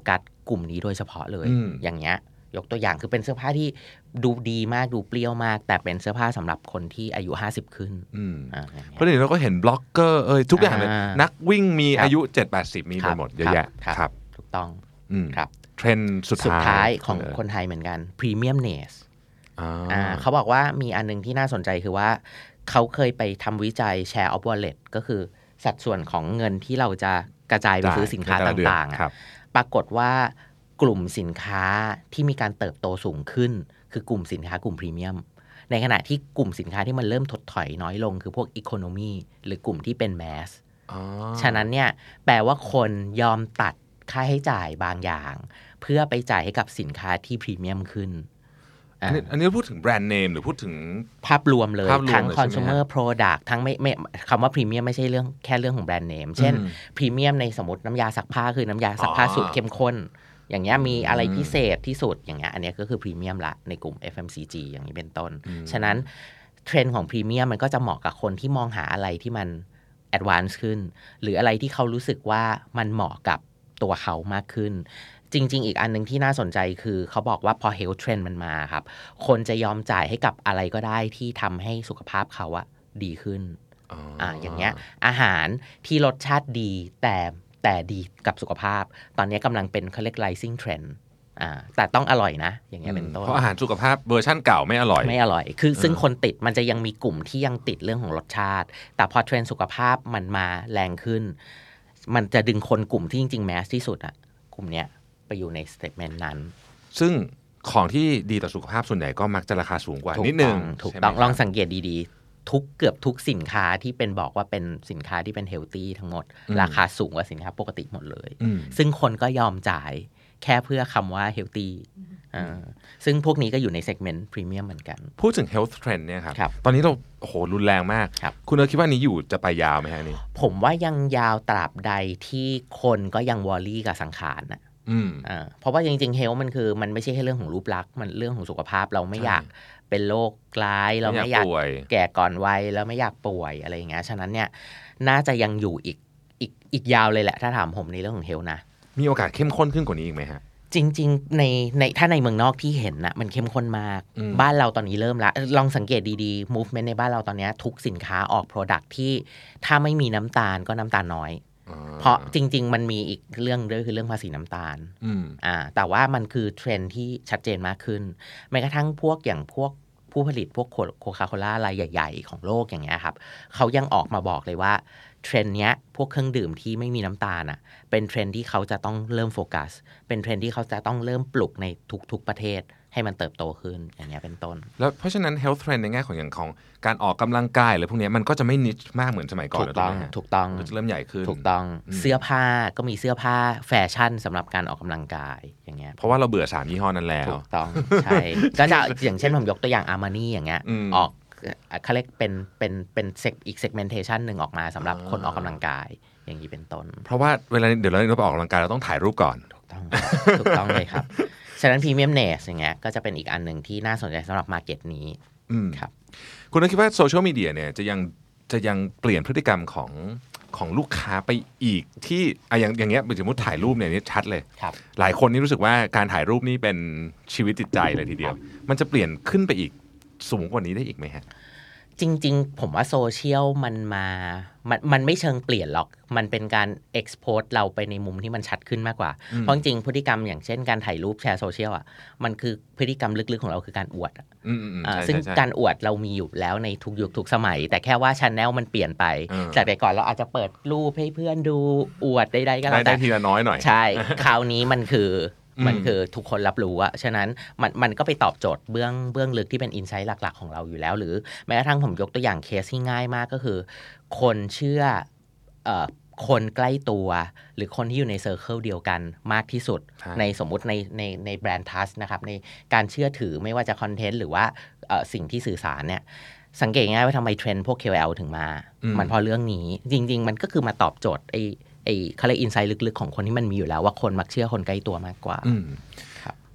Speaker 3: กลุ่มนี้โดยเฉพาะเลยอย่างเงี้ยยกตัวอย่างคือเป็นเสื้อผ้าที่ดูดีมากดูเปรี้ยวมากแต่เป็นเสื้อผ้าสำหรับคนที่อายุ50ขึ้น
Speaker 2: เพราะเดี๋ยวเราก็เห็นบล็อกเกอร์ทุกอย่างเลยนักวิ่งมีอายุ 7-80 มีไปหมดเยอะแยะครับ
Speaker 3: ถูกต้องครับ
Speaker 2: เทรนด์สุดท้าย
Speaker 3: ของคนไทยเหมือนกัน Premiumness เขาบอกว่ามีอันนึงที่น่าสนใจคือว่าเขาเคยไปทำวิจัย Share of Wallet ก็คือสัดส่วนของเงินที่เราจะกระจายไปซื้อสินค้าต่างๆปรากฏว่ากลุ่มสินค้าที่มีการเติบโตสูงขึ้นคือกลุ่มสินค้ากลุ่มพรีเมียมในขณะที่กลุ่มสินค้าที่มันเริ่มถดถอยน้อยลงคือพวกอีโคโนมีหรือกลุ่มที่เป็นแมสฉะนั้นเนี่ยแปลว่าคนยอมตัดค่าใช้จ่ายบางอย่างเพื่อไปจ่ายให้กับสินค้าที่พรีเมียมขึ้น
Speaker 2: อันนี้พูดถึงแบรนด์เนมหรือพูดถึง
Speaker 3: ภาพรวมเลยทั้ง consumer product ทั้งไม่คำว่าพรีเมียมไม่ใช่เรื่องแค่เรื่องของแบรนด์เนมเช่นพรีเมียมในสมมติน้ำยาซักผ้าคือน้ำยาซักผ้าสูตรเข้มข้นอย่างเงี้ยมีอะไรพิเศษที่สุดอย่างเงี้ยอันนี้ก็คือพรีเมียมละในกลุ่ม FMCG อย่างนี้เป็นต้นฉะนั้นเทรนด์ของพรีเมียมมันก็จะเหมาะกับคนที่มองหาอะไรที่มันแอดวานซ์ขึ้นหรืออะไรที่เขารู้สึกว่ามันเหมาะกับตัวเขามากขึ้นจริงๆอีกอันนึงที่น่าสนใจคือเขาบอกว่าพอ health trend มันมาครับคนจะยอมจ่ายให้กับอะไรก็ได้ที่ทำให้สุขภาพเขาอะดีขึ้นอย่างเงี้ยอาหารที่รสชาติดีแต่ดีกับสุขภาพตอนนี้กำลังเป็นเขาเรียก rising trend แต่ต้องอร่อยนะอย่างเงี้ยเป็นต้น
Speaker 2: เพราะอาหารสุขภาพเวอร์ชั่นเก่าไม่อร่
Speaker 3: อยคือซึ่งคนติดมันจะยังมีกลุ่มที่ยังติดเรื่องของรสชาติแต่พอเทรนด์สุขภาพมันมาแรงขึ้นมันจะดึงคนกลุ่มที่จริงๆแมสที่สุดอะกลุ่มเนี้ยไปอยู่ในสเตทเมนต์นั้น
Speaker 2: ซึ่งของที่ดีต่อสุขภาพส่วนใหญ่ก็มักจะราคาสูงกว่านิดนึง
Speaker 3: ถูกต้องลองสังเกตดีๆเกือบทุกสินค้าที่เป็นบอกว่าเป็นสินค้าที่เป็นเฮลตี้ทั้งหมดราคาสูงกว่าสินค้าปกติหมดเลยซึ่งคนก็ยอมจ่ายแค่เพื่อคำว่าเฮลตี้ซึ่งพวกนี้ก็อยู่ในเซกเมนต์พรีเมียมเหมือนกัน
Speaker 2: พูดถึง health trend เนี่ยครับตอนนี้เราโอ้โหรุนแรงมากคุณคิดว่านี้อยู่จะไปยาวไหมฮะนี่
Speaker 3: ผมว่ายังยาวตราบใดที่คนก็ยังวอรี่กับสังขารนะเพราะว่าจริงๆเฮลท์มันคือมันไม่ใช่แค่เรื่องของรูปลักษณ์มันเรื่องของสุขภาพเราไม่อยากเป็นโรคร้ายเราไม่อยากแก่ก่อนวัยแล้วไม่อยากป่วยอะไรอย่างเงี้ยฉะนั้นเนี่ยน่าจะยังอยู่อีกยาวเลยแหละถ้าถามผมในเรื่องของเฮลท์นะ
Speaker 2: มีโอกาสเข้มข้นขึ้นกว่านี้อีกไหมฮะ
Speaker 3: จริงๆในถ้าในเมืองนอกที่เห็นนะมันเข้มข้นมากบ้านเราตอนนี้เริ่มละลองสังเกตดีๆ movement ในบ้านเราตอนนี้ทุกสินค้าออก product ที่ถ้าไม่มีน้ำตาลก็น้ำตาลน้อยเพราะจริงๆมันมีอีกเรื่องด้วยคือเรื่องภาษีน้ำตาลแต่ว่ามันคือเทรนด์ที่ชัดเจนมากขึ้นแม้กระทั่งพวกผู้ผลิตพวกโคคาโคล่ารายใหญ่ๆของโลกอย่างเงี้ยครับเขายังออกมาบอกเลยว่าเทรนด์เนี้ยพวกเครื่องดื่มที่ไม่มีน้ำตาลอ่ะเป็นเทรนด์ที่เขาจะต้องเริ่มโฟกัสเป็นเทรนด์ที่เขาจะต้องเริ่มปลุกในทุกประเทศให้มันเติบโตขึ้นอย่างเงี้ยเป็นต้น
Speaker 2: แล้วเพราะฉะนั้น health trend ในแง่ของอย่างของการออกกำลังกายหรือพวกนี้มันก็จะไม่นิชมากเหมือนสมัยก่อน
Speaker 3: ถูกต้อง
Speaker 2: จะเริ่มใหญ่ขึ้น
Speaker 3: ถูกต้องเสื้อผ้าก็มีเสื้อผ้าแฟชั่นสำหรับการออกกำลังกายอย่างเงี้ย
Speaker 2: เพราะว่าเราเบื่อ3ยี่ห้อนั้นแล้ว
Speaker 3: ถูกต้องใช่ก็จะอย่างเช่นผมยกตัวอย่าง Armani อย่างเงี้ยออกเขาเรียกเป็นอีก segmentation นึงออกมาสำหรับคนออกกำลังกายอย่างนี้เป็นต้น
Speaker 2: เพราะว่าเวลาเดี๋ยวเราไปออกกำลังกายเราต้องถ่ายรูปก่อน
Speaker 3: ถูกต้องเลยครับฉะนั้น Premiumness อย่างเงี้ยก็จะเป็นอีกอันหนึ่งที่น่าสนใจสำหรับ market นี้ครับ
Speaker 2: คุณคิดว่าโซเชียลมีเดียเนี่ยจะยังเปลี่ยนพฤติกรรมของลูกค้าไปอีกที่อย่างเงี้ยสมมติถ่ายรูปเนี่ยนี่ชัดเลยหลายคนนี่รู้สึกว่าการถ่ายรูปนี่เป็นชีวิตจิตใจเลยทีเดียวมันจะเปลี่ยนขึ้นไปอีกสูงกว่านี้ได้อีกไหมฮะ
Speaker 3: จริงๆผมว่าโซเชียลมันไม่เชิงเปลี่ยนหรอกมันเป็นการ expose เราไปในมุมที่มันชัดขึ้นมากกว่าเพราะจริงๆพฤติกรรมอย่างเช่นการถ่ายรูปแชร์โซเชียลอ่ะมันคือพฤติกรรมลึกๆของเราคือการอวดซึ่งการอวดเรามีอยู่แล้วในทุกยุคทุกสมัยแต่แค่ว่า channel มันเปลี่ยนไปจากแต่ก่อนเราอาจจะเปิดรูปให้เพื่อนดูอวดใดๆก็แล้วแต่
Speaker 2: ได้ทีละน้อยหน่อย
Speaker 3: ใช่คราวนี้มันคือทุกคนรับรู้อะฉะนั้นมันก็ไปตอบโจทย์เบื้องลึกที่เป็นอินไซต์หลักๆของเราอยู่แล้วหรือแม้กระทั่งผมยกตัวอย่างเคสที่ง่ายมากก็คือคนเชื่อคนใกล้ตัวหรือคนที่อยู่ในเซอร์เคิลเดียวกันมากที่สุดในสมมุติในแบรนด์ทัสนะครับในการเชื่อถือไม่ว่าจะคอนเทนต์หรือว่าสิ่งที่สื่อสารเนี่ยสังเกตง่ายว่าทำไมเทรนด์พวก KOL ถึงมามันเพราะเรื่องนี้จริงๆมันก็คือมาตอบโจทย์เขาเรียกอินไซต์ลึกๆของคนที่มันมีอยู่แล้วว่าคนมักเชื่อคนใกล้ตัวมากกว่า
Speaker 2: ครับ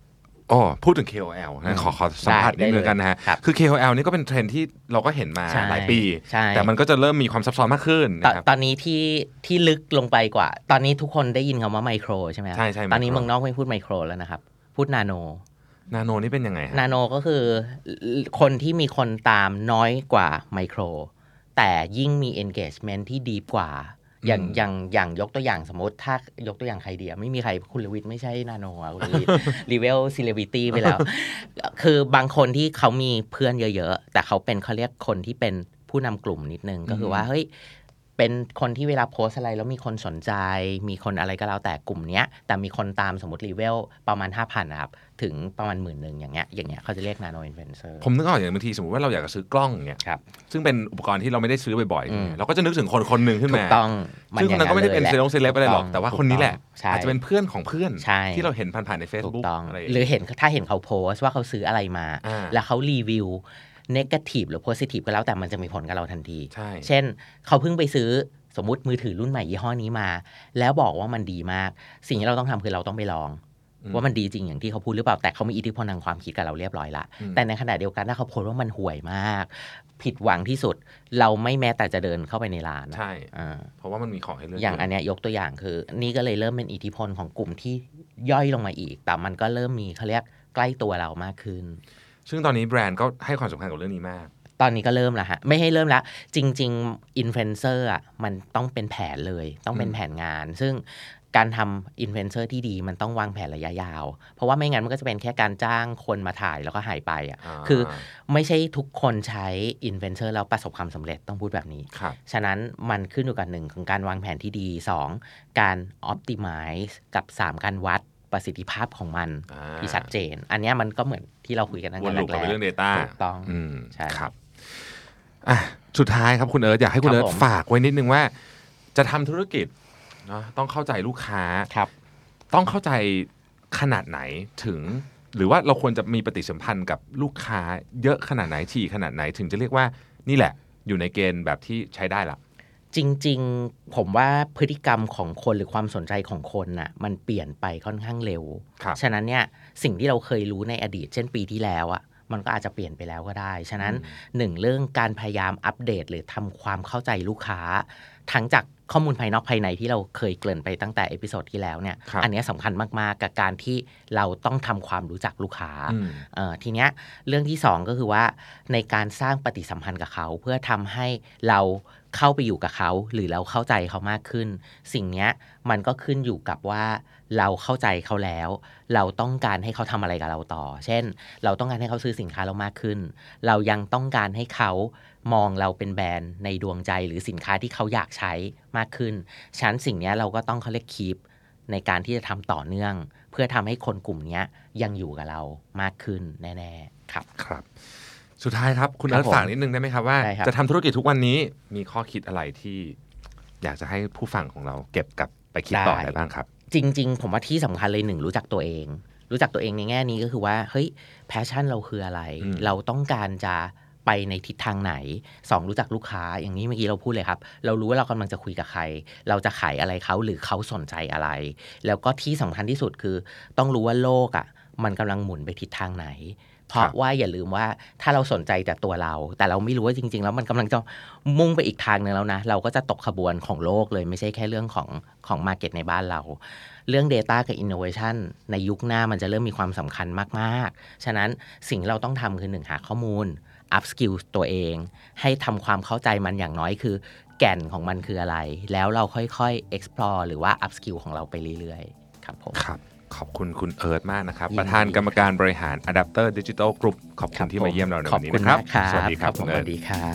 Speaker 2: อ๋อพูดถึง KOL นะขอสัมภาษณ์นิดนึงกันนะฮะคือ KOL นี่ก็เป็นเทรนด์ที่เราก็เห็นมาหลายปีแต่มันก็จะเริ่มมีความซับซ้อนมากขึ้นนะครับ
Speaker 3: ตอนนี้ที่ลึกลงไปกว่าตอนนี้ทุกคนได้ยินคำว่าไมโครใช่ไหมครับ
Speaker 2: ใช่
Speaker 3: ตอนนี้เมืองนอกไม่พูดไมโครแล้วนะครับพูดนาโน
Speaker 2: นี่เป็นยังไง
Speaker 3: นาโนก็คือคนที่มีคนตามน้อยกว่าไมโครแต่ยิ่งมี engagement ที่ดีกว่าอย่างยกตัวอย่างสมมติถ้ายกตัวอย่างใครเดียไม่มีใครคุณลวิทไม่ใช่นาโนอ่ะคุณลวิทรีเวลซิเลบริตี้ไปแล้วคือบางคนที่เขามีเพื่อนเยอะๆแต่เขาเรียกคนที่เป็นผู้นำกลุ่มนิดนึงก็คือว่าเฮ้ยเป็นคนที่เวลาโพสอะไรแล้วมีคนสนใจมีคนอะไรก็แล้วแต่กลุ่มเนี้ยแต่มีคนตามสมมติรีเวลประมาณ 5,000 นะครับถึงประมาณ 10,000 อย่างเงี้ยเขาจะเรียกนาโนอินฟลูเอนเซอร์
Speaker 2: ผมนึกออกอย่างบางทีสมมติว่าเราอยากจะซื้อกล้องอย่างเงี้ยซึ่งเป็นอุปกรณ์ที่เราไม่ได้ซื้อบ่อยๆเราก็จะนึกถึงคนนึงขึ้นมา
Speaker 3: ถูกต้อง
Speaker 2: ซึ่งคนนั้นก็ไม่ได้เป็นเซเลบอะไรหรอกแต่ว่าคนนี้แหละอาจจะเป็นเพื่อนของเพื่อนที่เราเห็นผ่านๆใน Facebook อะไร
Speaker 3: หรือถ้าเห็นเขาโพสว่าเขาซื้ออะไรมาแล้วเขารีวิวnegative หรือ positive ก็แล้วแต่มันจะมีผลกับเราทันทีเช่นเขาเพิ่งไปซื้อสมมุติมือถือรุ่นใหม่ยี่ห้อนี้มาแล้วบอกว่ามันดีมากสิ่งที่เราต้องทำคือเราต้องไปลองว่ามันดีจริงอย่างที่เขาพูดหรือเปล่าแต่เขามีอิทธิพลทางความคิดกับเราเรียบร้อยละแต่ในขณะเดียวกันถ้าเขาโพสว่ามันห่วยมากผิดหวังที่สุดเราไม่แม้แต่จะเดินเข้าไปในร้าน
Speaker 2: ใช่เพราะว่ามันมีของให้เลือก
Speaker 3: อย่างอันเนี้ยยกตัวอย่างคือนี่ก็เลยเริ่มเป็นอิทธิพลของกลุ่มที่ย่อยลงมาอีกแต่มันก็เริ่มมีเขาเรียกใกล้ตัวเรามากขึ้น
Speaker 2: ซึ่งตอนนี้แบรนด์ก็ให้ความสำคัญกับเรื่องนี้มาก
Speaker 3: ตอนนี้ก็เริ่มแล้วฮะไม่ให้เริ่มแล้วจริงๆอินฟลูเอนเซอร์อ่ะมันต้องเป็นแผนเลยต้องเป็นแผนงานซึ่งการทำอินฟลูเอนเซอร์ที่ดีมันต้องวางแผนระยะยาวเพราะว่าไม่งั้นมันก็จะเป็นแค่การจ้างคนมาถ่ายแล้วก็หายไปอ่ะคือไม่ใช่ทุกคนใช้อินฟลูเอนเซอร์แล้วประสบความสำเร็จต้องพูดแบบนี้ฉะนั้นมันขึ้นอยู่กับ1ของการวางแผนที่ดี2การ optimize กับ3การวัดประสิทธิภาพของมันที่ชัดเจนอันนี้มันก็เหมือนที่เราคุยกันตั้งแต่แรกๆ
Speaker 2: เรื่อง data
Speaker 3: ถูกต้องใช่
Speaker 2: ครับสุดท้ายครับคุณเอิร์ธอยากให้คุณเอิร์ธฝากไว้นิดนึงว่าจะทำธุรกิจเนาะต้องเข้าใจลูกค้าต้องเข้าใจขนาดไหนถึงหรือว่าเราควรจะมีปฏิสัมพันธ์กับลูกค้าเยอะขนาดไหนถี่ขนาดไหนถึงจะเรียกว่านี่แหละอยู่ในเกณฑ์แบบที่ใช้ได้ละ
Speaker 3: จริงๆผมว่าพฤติกรรมของคนหรือความสนใจของคนน่ะมันเปลี่ยนไปค่อนข้างเร็วฉะนั้นเนี่ยสิ่งที่เราเคยรู้ในอดีตเช่นปีที่แล้วอ่ะมันก็อาจจะเปลี่ยนไปแล้วก็ได้ฉะนั้น1เรื่องการพยายามอัปเดตหรือทำความเข้าใจลูกค้าทั้งจากข้อมูลภายนอกภายในที่เราเคยเกริ่นไปตั้งแต่เอพิโซดที่แล้วเนี่ยอันนี้สำคัญมากๆกับการที่เราต้องทำความรู้จักลูกค้าทีเนี้ยเรื่องที่2ก็คือว่าในการสร้างปฏิสัมพันธ์กับเขาเพื่อทำให้เราเข้าไปอยู่กับเขาหรือเราเข้าใจเขามากขึ้นสิ่งนี้มันก็ขึ้นอยู่กับว่าเราเข้าใจเขาแล้วเราต้องการให้เขาทำอะไรกับเราต่อเช่นเราต้องการให้เขาซื้อสินค้าเรามากขึ้นเรายังต้องการให้เขามองเราเป็นแบรนด์ในดวงใจหรือสินค้าที่เขาอยากใช้มากขึ้นฉะนั้นสิ่งนี้เราก็ต้องเขาเรียกคีปในการที่จะทำต่อเนื่องเพื่อทำให้คนกลุ่มนี้ยังอยู่กับเรามากขึ้นแน่ๆ
Speaker 2: ครับสุดท้ายครับคุณเอิร์ธฝากนิดนึงได้ไหมครับว่าจะทำธุรกิจทุกวันนี้มีข้อคิดอะไรที่อยากจะให้ผู้ฟังของเราเก็บกับไปคิดต่อได้บ้างครับ
Speaker 3: จริงๆผมว่าที่สำคัญเลย1รู้จักตัวเองในแง่นี้ก็คือว่าเฮ้ยแพชชั่นเราคืออะไรเราต้องการจะไปในทิศทางไหน2รู้จักลูกค้าอย่างนี้เมื่อกี้เราพูดเลยครับเรารู้ว่าเรากำลังจะคุยกับใครเราจะขายอะไรเขาหรือเขาสนใจอะไรแล้วก็ที่สำคัญที่สุดคือต้องรู้ว่าโลกอ่ะมันกำลังหมุนไปทิศทางไหนเพราะว่าอย่าลืมว่าถ้าเราสนใจแต่ตัวเราแต่เราไม่รู้ว่าจริงๆแล้วมันกำลังจะมุ่งไปอีกทางนึงแล้วนะเราก็จะตกขบวนของโลกเลยไม่ใช่แค่เรื่องของ market ในบ้านเราเรื่อง data กับ innovation ในยุคหน้ามันจะเริ่มมีความสำคัญมากๆฉะนั้นสิ่งเราต้องทำคือ1หาข้อมูล up skill ตัวเองให้ทำความเข้าใจมันอย่างน้อยคือแก่นของมันคืออะไรแล้วเราค่อยๆ explore หรือว่า up skill ของเราไปเรื่อยๆครับผม
Speaker 2: ขอบคุณคุณเอิร์ธมากนะครับประธานกรรมการบริหาร Adapter Digital Group ขอบคุณที่มาเยี่ยมเราในวันนี้นะครับ
Speaker 3: สวัสดีครับคุณเอิร์ธสวัสดีครับ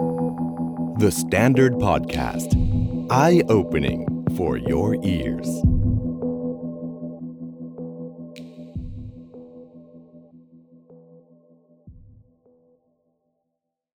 Speaker 1: The Standard Podcast Eye Opening for your ears